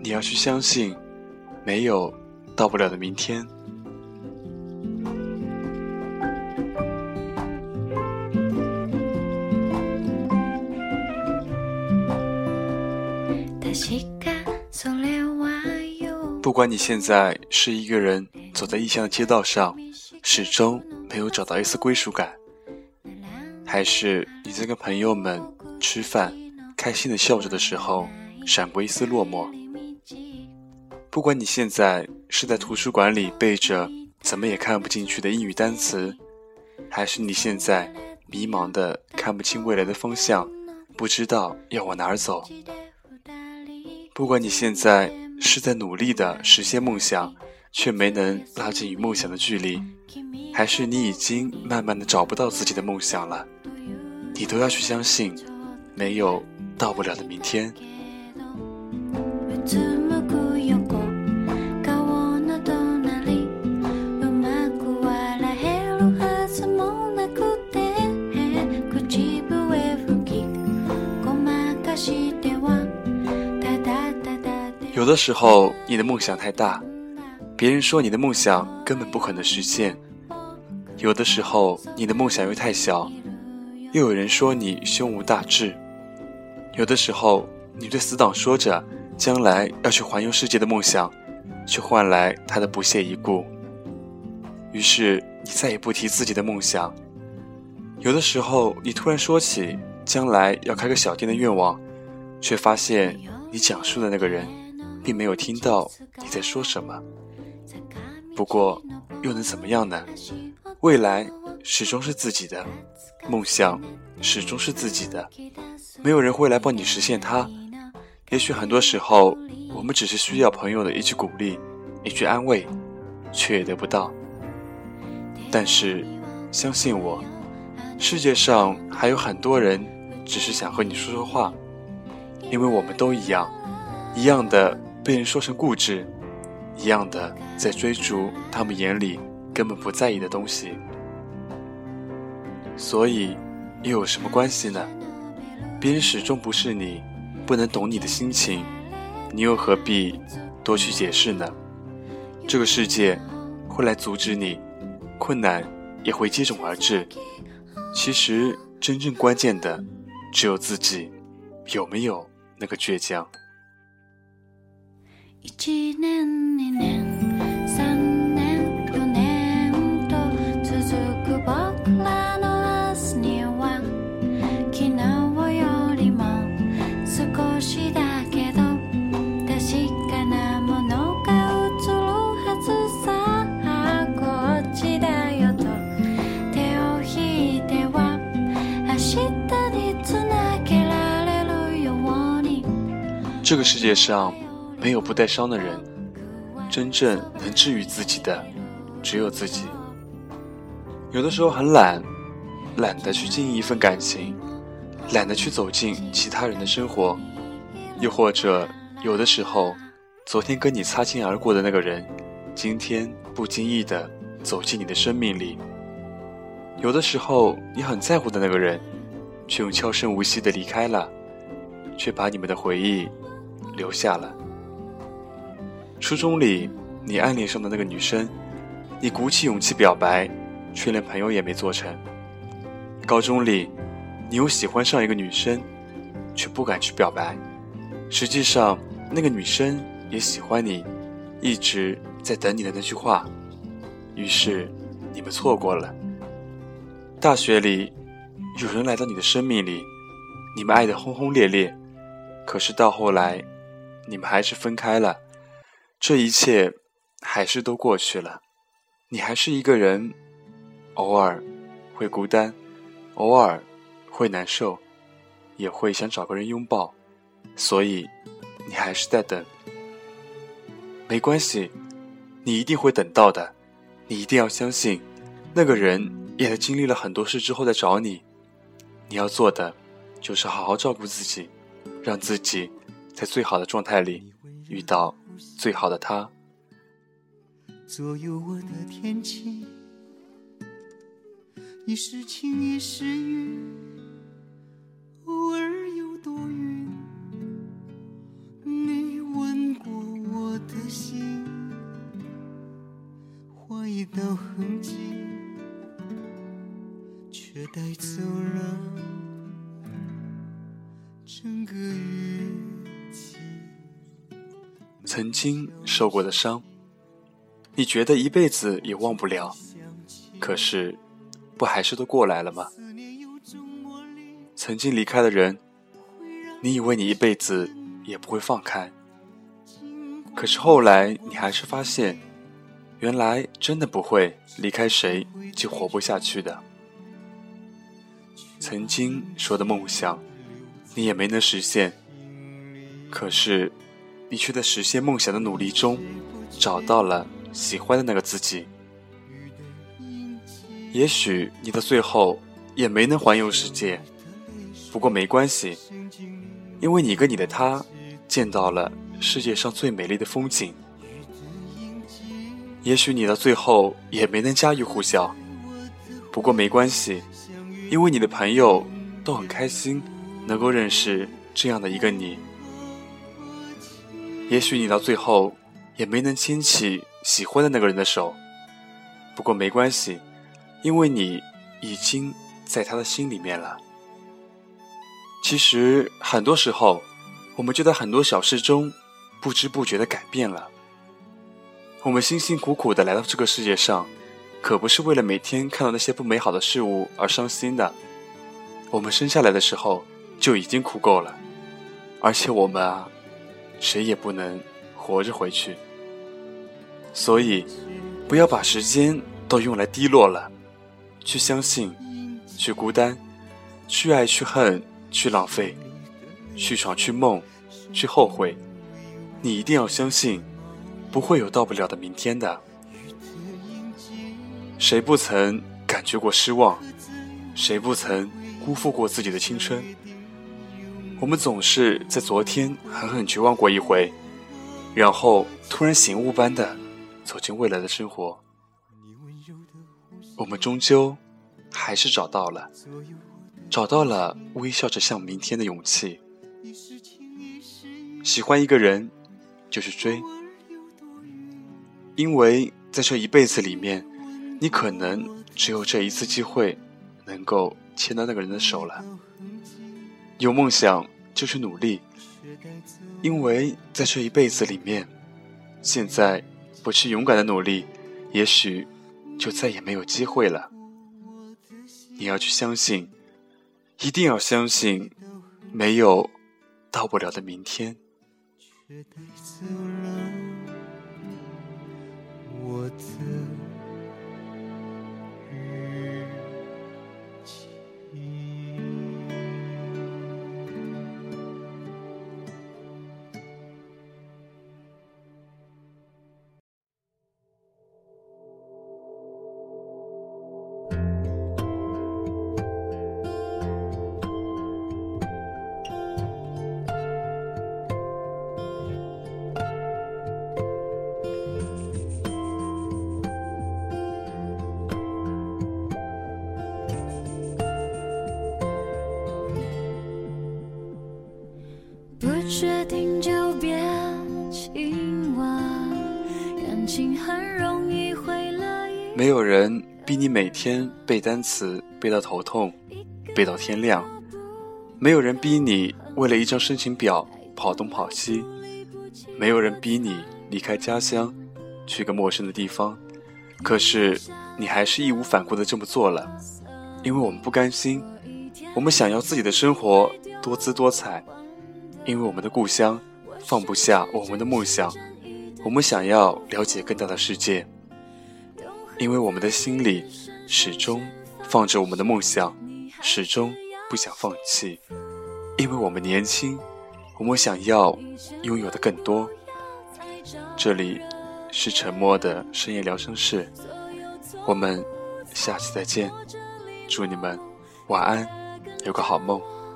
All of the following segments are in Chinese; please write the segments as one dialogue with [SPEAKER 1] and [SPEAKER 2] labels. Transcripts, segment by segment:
[SPEAKER 1] 你要去相信，没有到不了的明天。不管你现在是一个人走在异乡的街道上，始终没有找到一丝归属感，还是你在跟朋友们吃饭，开心的笑着的时候闪过一丝落寞，不管你现在是在图书馆里背着怎么也看不进去的英语单词，还是你现在迷茫的看不清未来的方向，不知道要往哪儿走，不管你现在是在努力的实现梦想，却没能拉近与梦想的距离，还是你已经慢慢的找不到自己的梦想了，你都要去相信，没有到不了的明天。有的时候你的梦想太大，别人说你的梦想根本不可能实现，有的时候你的梦想又太小，又有人说你胸无大志，有的时候你对死党说着将来要去环游世界的梦想，却换来他的不屑一顾，于是你再也不提自己的梦想。有的时候你突然说起将来要开个小店的愿望，却发现你讲述的那个人并没有听到你在说什么。不过又能怎么样呢？未来始终是自己的，梦想始终是自己的，没有人会来帮你实现它。也许很多时候我们只是需要朋友的一句鼓励，一句安慰，却也得不到。但是相信我，世界上还有很多人只是想和你说说话，因为我们都一样，一样的被人说成固执，一样的在追逐他们眼里根本不在意的东西。所以又有什么关系呢？别人始终不是你，不能懂你的心情，你又何必多去解释呢？这个世界会来阻止你，困难也会接踵而至。其实真正关键的只有自己有没有那个倔强。
[SPEAKER 2] 1年2年3年4年と続く僕らの明日には昨日よりも少しだけど確かなものが映るはずさ。こっちだよと手を引いては明日につなげられるように。
[SPEAKER 1] 这个世界上没有不带伤的人，真正能治愈自己的只有自己。有的时候很懒得去经营一份感情，懒得去走进其他人的生活，又或者有的时候昨天跟你擦肩而过的那个人，今天不经意地走进你的生命里。有的时候你很在乎的那个人，却用悄声无息地离开了，却把你们的回忆留下了。初中里你暗恋上的那个女生，你鼓起勇气表白，却连朋友也没做成。高中里你又喜欢上一个女生，却不敢去表白，实际上那个女生也喜欢你，一直在等你的那句话，于是你们错过了。大学里有人来到你的生命里，你们爱得轰轰烈烈，可是到后来你们还是分开了，这一切还是都过去了，你还是一个人，偶尔会孤单，偶尔会难受，也会想找个人拥抱，所以你还是在等。没关系，你一定会等到的，你一定要相信，那个人也在经历了很多事之后再找你。你要做的就是好好照顾自己，让自己在最好的状态里遇到最好的他。
[SPEAKER 3] 左右我的天气，一时晴一时雨，偶尔有多云。你问过
[SPEAKER 1] 曾经受过的伤，你觉得一辈子也忘不了，可是不还是都过来了吗？曾经离开的人，你以为你一辈子也不会放开，可是后来你还是发现，原来真的不会离开谁就活不下去的。曾经说的梦想，你也没能实现，可是你却在实现梦想的努力中找到了喜欢的那个自己。也许你到最后也没能环游世界，不过没关系，因为你跟你的他见到了世界上最美丽的风景。也许你到最后也没能家喻户晓，不过没关系，因为你的朋友都很开心能够认识这样的一个你。也许你到最后也没能牵起喜欢的那个人的手，不过没关系，因为你已经在他的心里面了。其实很多时候，我们就在很多小事中不知不觉地改变了。我们辛辛苦苦地来到这个世界上，可不是为了每天看到那些不美好的事物而伤心的。我们生下来的时候就已经苦够了，而且我们谁也不能活着回去。所以不要把时间都用来低落了，去相信，去孤单，去爱，去恨，去浪费，去闯，去梦，去后悔。你一定要相信，不会有到不了的明天的。谁不曾感觉过失望？谁不曾辜负过自己的青春？我们总是在昨天狠狠绝望过一回，然后突然醒悟般的走进未来的生活。我们终究还是找到了微笑着向明天的勇气。喜欢一个人就是追，因为在这一辈子里面，你可能只有这一次机会能够牵到那个人的手了。有梦想就去努力，因为在这一辈子里面，现在不去勇敢的努力，也许就再也没有机会了。你要去相信，一定要相信，没有到不了的明天。
[SPEAKER 3] 却带走了我的日记。
[SPEAKER 2] 不确定就别亲吻，感情很容易毁了一。
[SPEAKER 1] 没有人逼你每天背单词背到头痛，背到天亮。没有人逼你为了一张申请表跑东跑西。没有人逼你离开家乡去个陌生的地方，可是你还是义无反顾地这么做了。因为我们不甘心，我们想要自己的生活多姿多彩。因为我们的故乡放不下我们的梦想，我们想要了解更大的世界。因为我们的心里始终放着我们的梦想，始终不想放弃。因为我们年轻，我们想要拥有的更多。这里是沉默的深夜疗伤室，我们下期再见，祝你们晚安，有个好梦。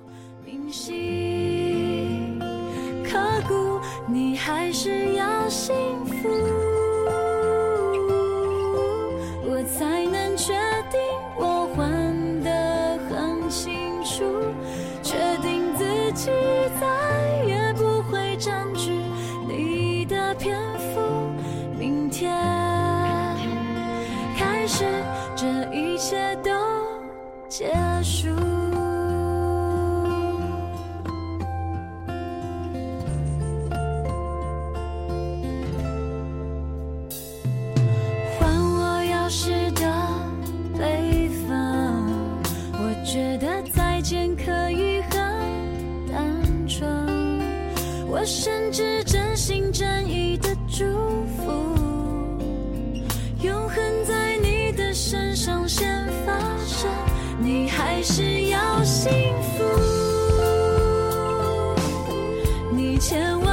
[SPEAKER 2] 刻骨，你还是要幸福，我才能确定我还得很清楚，确定自己再也不会占据你的篇幅。明天开始，这一切都结束。 我甚至真心真意的祝福，永恒在你的身上先发生，你还是要幸福。你牵我